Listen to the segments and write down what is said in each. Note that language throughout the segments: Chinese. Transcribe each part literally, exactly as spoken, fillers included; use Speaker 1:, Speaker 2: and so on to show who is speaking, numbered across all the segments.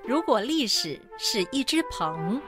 Speaker 1: 如果历史是一只鹏。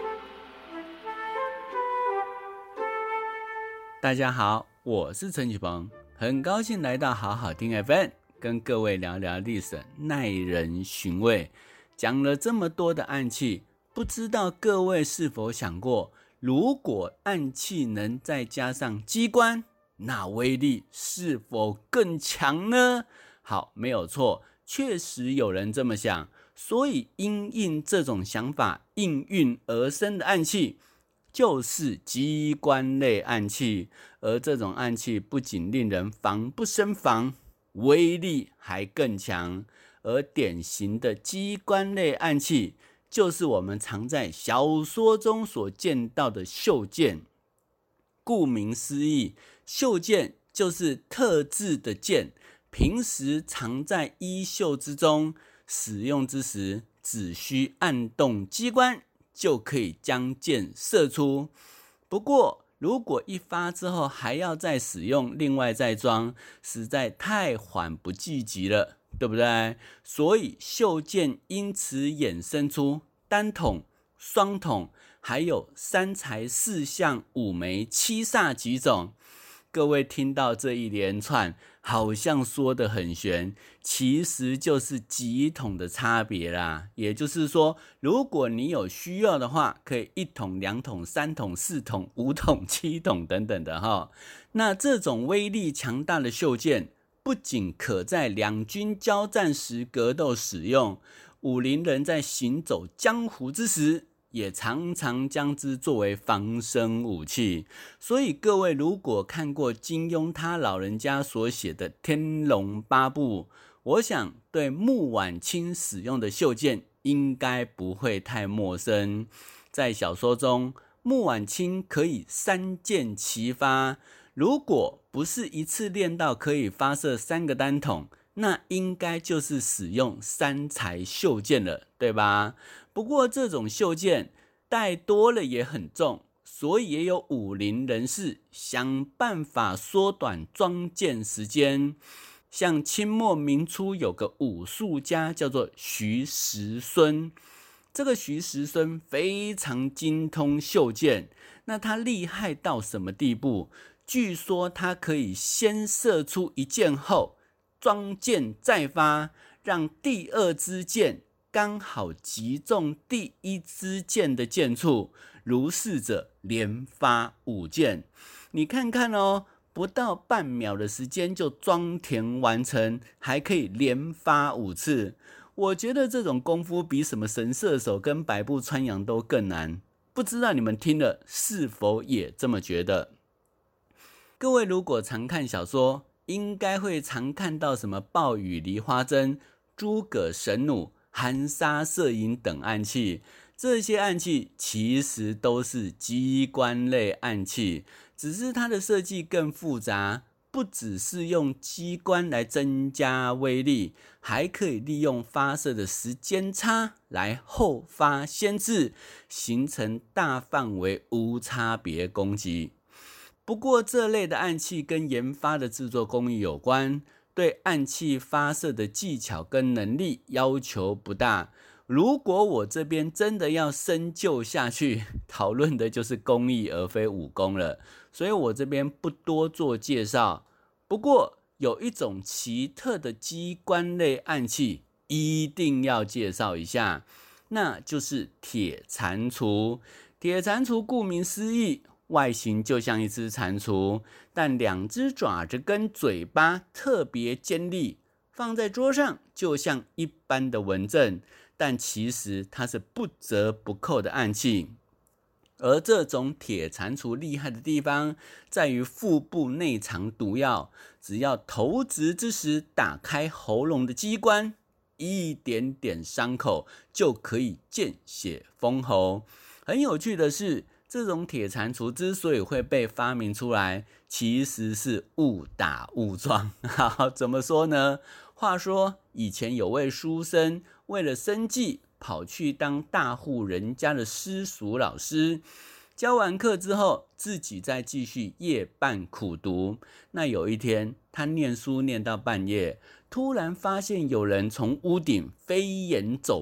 Speaker 2: 大家好，我是陈启鹏，很高兴来到好好听 F M， 跟各位聊聊历史，耐人寻味。讲了这么多的暗器，不知道各位是否想过，如果暗器能再加上机关，那威力是否更强呢？好，没有错，确实有人这么想，所以因应这种想法应运而生的暗器就是机关类暗器，而这种暗器不仅令人防不胜防，威力还更强。而典型的机关类暗器就是我们常在小说中所见到的袖剑。顾名思义，袖剑就是特制的剑，平时藏在衣袖之中，使用之时只需按动机关就可以将箭射出。不过如果一发之后还要再使用，另外再装，实在太缓不济急了，对不对？所以袖剑因此衍生出单筒、双筒，还有三才四象五枚七煞几种。各位听到这一连串好像说得很玄，其实就是几筒的差别啦。也就是说，如果你有需要的话，可以一筒、两筒、三筒、四筒、五筒、七筒等等的哈。那这种威力强大的袖剑不仅可在两军交战时格斗使用，武林人在行走江湖之时也常常将之作为防身武器。所以各位如果看过金庸他老人家所写的《天龙八部》，我想对穆婉清使用的袖剑应该不会太陌生。在小说中，穆婉清可以三箭齐发，如果不是一次练到可以发射三个单筒，那应该就是使用三才袖剑了，对吧？不过这种袖剑带多了也很重，所以也有武林人士想办法缩短装剑时间。像清末明初有个武术家叫做徐时孙，这个徐时孙非常精通袖剑，那他厉害到什么地步？据说他可以先射出一箭后装箭再发，让第二支箭刚好击中第一支箭的箭处，如是者连发五箭。你看看哦，不到半秒的时间就装填完成，还可以连发五次。我觉得这种功夫比什么神射手跟百步穿杨都更难，不知道你们听了是否也这么觉得？各位如果常看小说，应该会常看到什么暴雨梨花针、诸葛神弩、含沙射影等暗器。这些暗器其实都是机关类暗器，只是它的设计更复杂，不只是用机关来增加威力，还可以利用发射的时间差来后发先至，形成大范围无差别攻击。不过这类的暗器跟研发的制作工艺有关，对暗器发射的技巧跟能力要求不大。如果我这边真的要深究下去，讨论的就是工艺而非武功了，所以我这边不多做介绍。不过有一种奇特的机关类暗器一定要介绍一下，那就是铁蟾蜍。铁蟾蜍顾名思义，外形就像一只蟾蜍，但两只爪子跟嘴巴特别尖利，放在桌上就像一般的文正，但其实它是不折不扣的暗器。而这种铁蟾蜍厉害的地方在于腹部内藏毒药，只要投掷之时打开喉咙的机关，一点点伤口就可以见血封喉。很有趣的是，这种铁蟾蜍之所以会被发明出来，其实是误打误撞。好，怎么说呢？话说以前有位书生为了生计跑去当大户人家的私塾老师，教完课之后自己再继续夜半苦读。那有一天他念书念到半夜，突然发现有人从屋顶飞檐走壁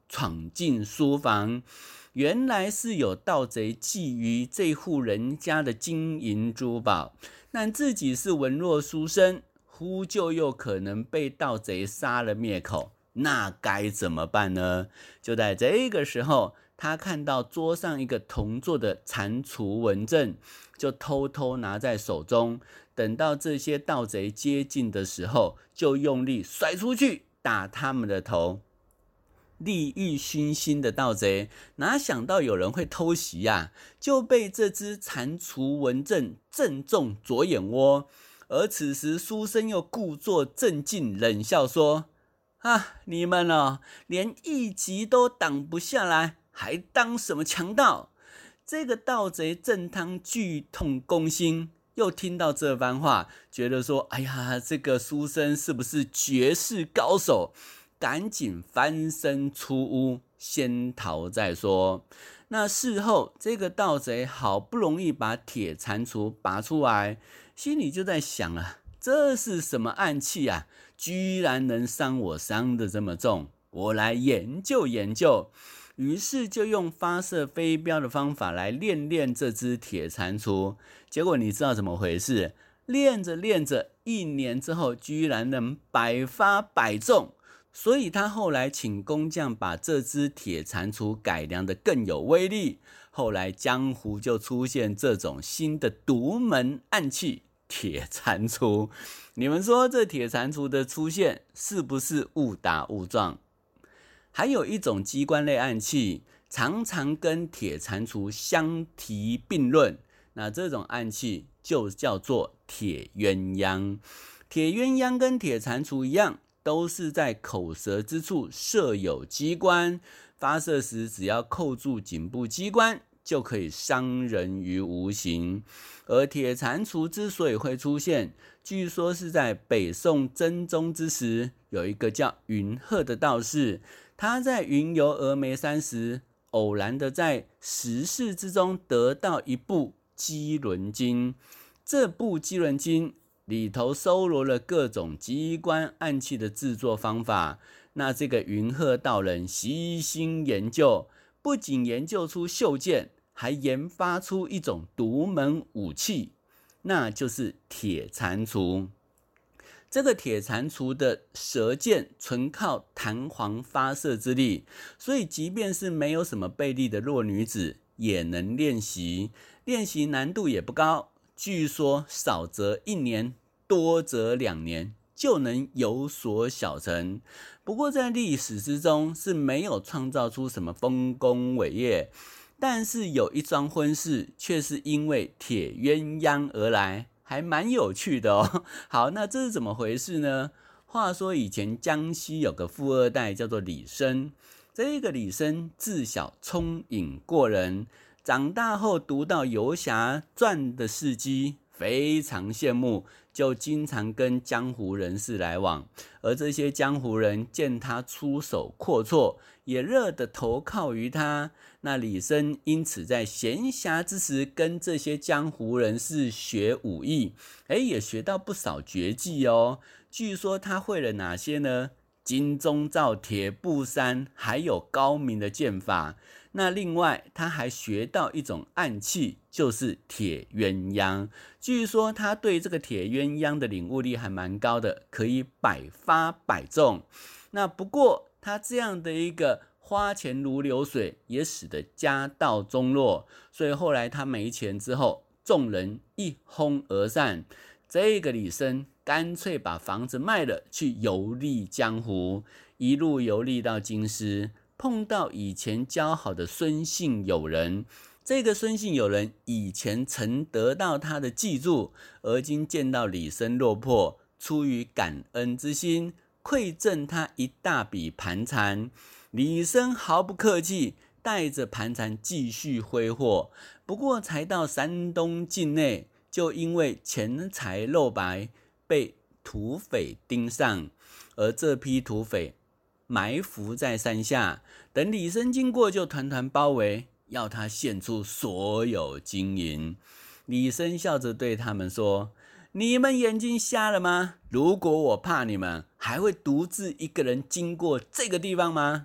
Speaker 2: 闯进书房，原来是有盗贼觊觎这户人家的金银珠宝，但自己是文弱书生，呼救又可能被盗贼杀了灭口，那该怎么办呢？就在这个时候，他看到桌上一个铜做的蟾蜍文正，就偷偷拿在手中，等到这些盗贼接近的时候，就用力甩出去打他们的头。利欲熏心的盗贼哪想到有人会偷袭啊，就被这只蟾蜍文正正中左眼窝。而此时书生又故作镇静冷笑说，啊，你们哦，连一击都挡不下来，还当什么强盗？这个盗贼正当剧痛攻心，又听到这番话，觉得说，哎呀，这个书生是不是绝世高手？赶紧翻身出屋，先逃再说。那事后，这个盗贼好不容易把铁蟾蜍拔出来，心里就在想了，这是什么暗器啊？居然能伤我伤得这么重，我来研究研究。于是就用发射飞镖的方法来练练这只铁蟾蜍。结果你知道怎么回事？练着练着，一年之后，居然能百发百中。所以他后来请工匠把这只铁蟾蜍改良得更有威力，后来江湖就出现这种新的独门暗器铁蟾蜍。你们说这铁蟾蜍的出现是不是误打误撞？还有一种机关类暗器常常跟铁蟾蜍相提并论，那这种暗器就叫做铁鸳鸯。铁鸳鸯跟铁蟾蜍一样，都是在口舌之处设有机关，发射时只要扣住颈部机关，就可以伤人于无形。而铁蟾蜍之所以会出现，据说是在北宋真宗之时，有一个叫云鹤的道士，他在云游峨眉山时，偶然的在石室之中得到一部机轮经。这部机轮经里头收罗了各种机关暗器的制作方法，那这个云鹤道人悉心研究，不仅研究出袖剑，还研发出一种独门武器，那就是铁蟾蜍。这个铁蟾蜍的舌剑纯靠弹簧发射之力，所以即便是没有什么背力的弱女子也能练习，练习难度也不高，据说少则一年，多则两年就能有所小成。不过在历史之中是没有创造出什么丰功伟业，但是有一桩婚事却是因为铁鸳鸯而来，还蛮有趣的哦。好，那这是怎么回事呢？话说以前江西有个富二代叫做李生，这个李生自小聪颖过人，长大后读到游侠传的事迹，非常羡慕，就经常跟江湖人士来往。而这些江湖人见他出手阔绰，也热得投靠于他。那李生因此在闲暇之时跟这些江湖人士学武艺，诶，也学到不少绝技哦。据说他会了哪些呢？金钟罩、铁布衫，还有高明的剑法。那另外他还学到一种暗器，就是铁鸳鸯。据说他对这个铁鸳鸯的领悟力还蛮高的，可以百发百中。那不过他这样的一个花钱如流水，也使得家道中落，所以后来他没钱之后，众人一哄而散。这个李生干脆把房子卖了，去游历江湖，一路游历到京师，碰到以前交好的孙姓友人。这个孙姓友人以前曾得到他的记住，而今见到李生落魄，出于感恩之心，馈赠他一大笔盘缠。李生毫不客气，带着盘缠继续挥霍。不过才到山东境内，就因为钱财露白，被土匪盯上。而这批土匪埋伏在山下，等李生经过就团团包围，要他献出所有金银。李生笑着对他们说，你们眼睛瞎了吗？如果我怕你们，还会独自一个人经过这个地方吗？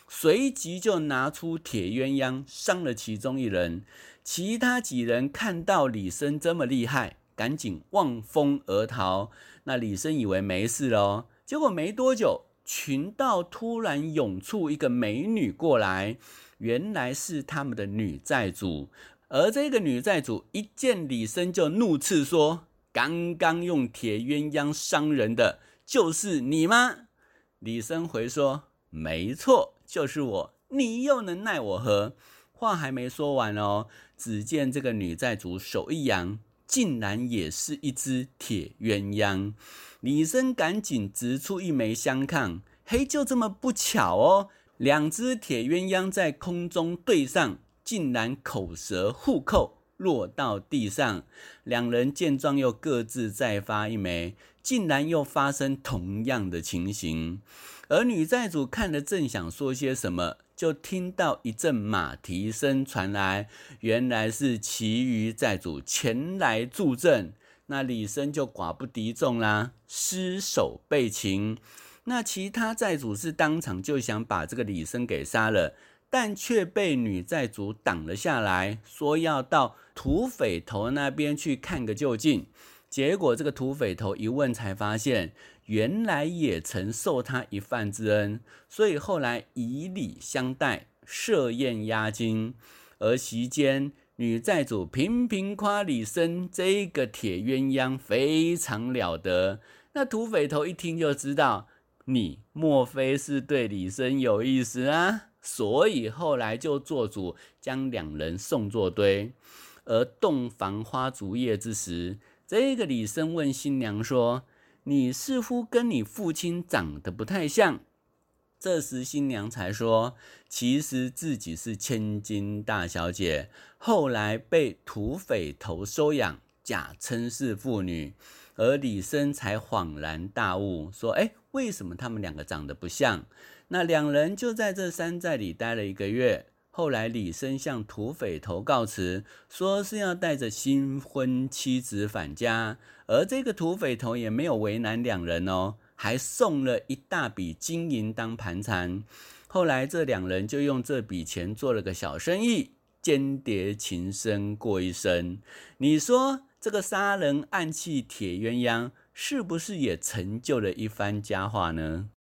Speaker 2: 随即就拿出铁鸳鸯伤了其中一人。其他几人看到李生这么厉害，赶紧望风而逃。那李生以为没事了，结果没多久，群盗突然涌出一个美女过来，原来是他们的女寨主。而这个女寨主一见李生就怒斥说：刚刚用铁鸳鸯伤人的就是你吗？李生回说：没错，就是我，你又能奈我何？话还没说完哦，只见这个女寨主手一扬，竟然也是一只铁鸳鸯。李生赶紧掷出一枚香抗，嘿，就这么不巧哦，两只铁鸳鸯在空中对上，竟然口舌互扣，落到地上。两人见状又各自再发一枚，竟然又发生同样的情形。而女寨主看了正想说些什么，就听到一阵马蹄声传来，原来是其余寨主前来助阵。那李生就寡不敌众啦，失手被擒。那其他寨主是当场就想把这个李生给杀了，但却被女寨主挡了下来，说要到土匪头那边去看个究竟。结果这个土匪头一问才发现，原来也曾受他一饭之恩，所以后来以礼相待，设宴压惊。而席间，女寨主频频夸李生这个铁鸳鸯非常了得。那土匪头一听就知道，你莫非是对李生有意思啊？所以后来就做主将两人送作堆。而洞房花烛夜之时，这个李生问新娘说：你似乎跟你父亲长得不太像。这时新娘才说，其实自己是千金大小姐，后来被土匪头收养，假称是妇女。而李生才恍然大悟，说：哎，为什么他们两个长得不像？那两人就在这山寨里待了一个月。后来李生向土匪头告辞，说是要带着新婚妻子返家，而这个土匪头也没有为难两人哦，还送了一大笔金银当盘缠。后来这两人就用这笔钱做了个小生意，间谍情深过一生。你说这个杀人暗器铁鸳鸯是不是也成就了一番佳话呢？